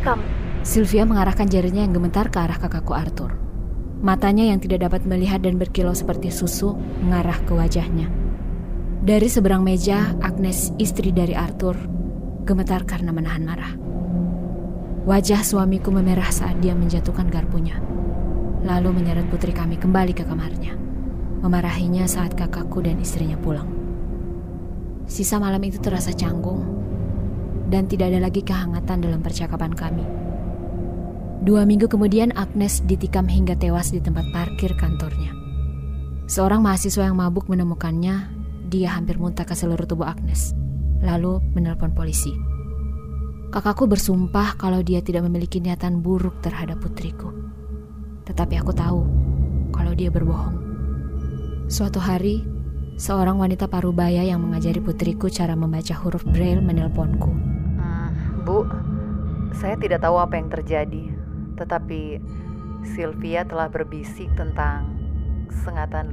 kamu. Sylvia mengarahkan jarinya yang gemetar ke arah kakakku Arthur. Matanya yang tidak dapat melihat dan berkilau seperti susu mengarah ke wajahnya. Dari seberang meja, Agnes, istri dari Arthur, gemetar karena menahan marah. Wajah suamiku memerah saat dia menjatuhkan garpunya, lalu menyeret putri kami kembali ke kamarnya, memarahinya saat kakakku dan istrinya pulang. Sisa malam itu terasa canggung, dan tidak ada lagi kehangatan dalam percakapan kami. 2 minggu kemudian Agnes ditikam hingga tewas di tempat parkir kantornya. Seorang mahasiswa yang mabuk menemukannya. Dia hampir muntah ke seluruh tubuh Agnes, lalu menelpon polisi. Kakakku bersumpah kalau dia tidak memiliki niatan buruk terhadap putriku. Tetapi aku tahu kalau dia berbohong. Suatu hari, seorang wanita parubaya yang mengajari putriku cara membaca huruf Braille menelponku. Bu, saya tidak tahu apa yang terjadi. Tetapi Sylvia telah berbisik tentang sengatan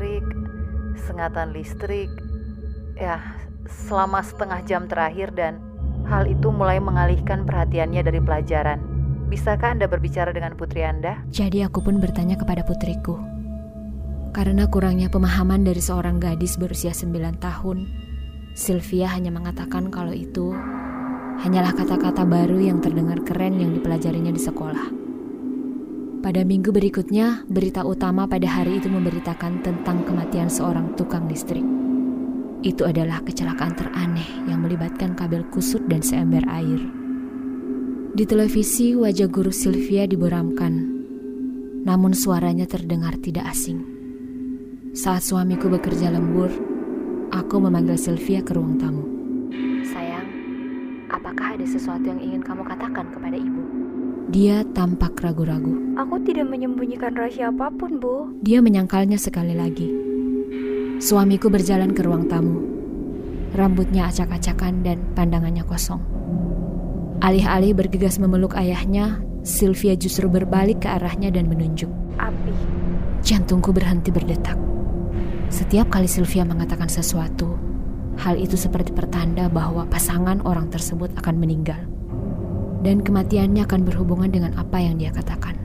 listrik ya selama setengah jam terakhir, dan hal itu mulai mengalihkan perhatiannya dari pelajaran. Bisakah Anda berbicara dengan putri Anda? Jadi aku pun bertanya kepada putriku. Karena kurangnya pemahaman dari seorang gadis berusia 9 tahun, Sylvia hanya mengatakan kalau itu hanyalah kata-kata baru yang terdengar keren yang dipelajarinya di sekolah. Pada minggu berikutnya, berita utama pada hari itu memberitakan tentang kematian seorang tukang listrik. Itu adalah kecelakaan teraneh yang melibatkan kabel kusut dan seember air. Di televisi, wajah guru Sylvia diburamkan, namun suaranya terdengar tidak asing. Saat suamiku bekerja lembur, aku memanggil Sylvia ke ruang tamu. Sayang, apakah ada sesuatu yang ingin kamu katakan kepada ibu? Dia tampak ragu-ragu. Aku tidak menyembunyikan rahasia apapun, Bu. Dia menyangkalnya sekali lagi. Suamiku berjalan ke ruang tamu. Rambutnya acak-acakan dan pandangannya kosong. Alih-alih bergegas memeluk ayahnya, Sylvia justru berbalik ke arahnya dan menunjuk. Api. Jantungku berhenti berdetak. Setiap kali Sylvia mengatakan sesuatu, hal itu seperti pertanda bahwa pasangan orang tersebut akan meninggal. Dan kematiannya akan berhubungan dengan apa yang dia katakan.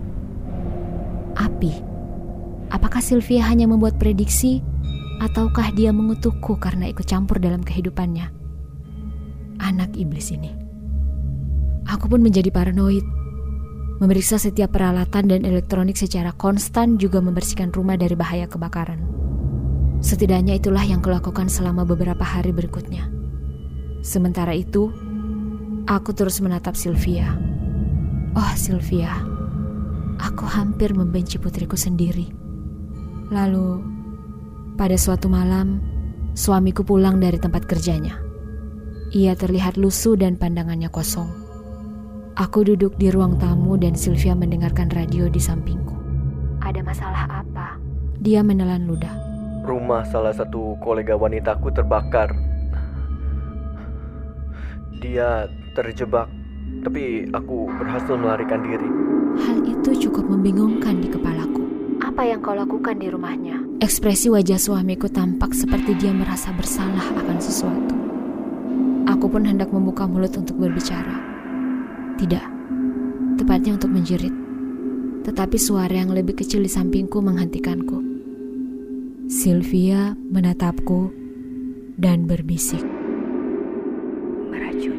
Api. Apakah Sylvia hanya membuat prediksi, ataukah dia mengutukku karena ikut campur dalam kehidupannya? Anak iblis ini. Aku pun menjadi paranoid. Memeriksa setiap peralatan dan elektronik secara konstan, juga membersihkan rumah dari bahaya kebakaran. Setidaknya itulah yang kulakukan selama beberapa hari berikutnya. Sementara itu, aku terus menatap Sylvia. Oh Sylvia, aku hampir membenci putriku sendiri. Lalu, pada suatu malam, suamiku pulang dari tempat kerjanya. Ia terlihat lusuh dan pandangannya kosong. Aku duduk di ruang tamu dan Sylvia mendengarkan radio di sampingku. Ada masalah apa? Dia menelan ludah. Rumah salah satu kolega wanitaku terbakar. Dia terjebak, tapi aku berhasil melarikan diri. Hal itu cukup membingungkan di kepalaku. Apa yang kau lakukan di rumahnya? Ekspresi wajah suamiku tampak seperti dia merasa bersalah akan sesuatu. Aku pun hendak membuka mulut untuk berbicara. Tidak, tepatnya untuk menjerit. Tetapi suara yang lebih kecil di sampingku menghentikanku. Sylvia menatapku dan berbisik. Meracuni.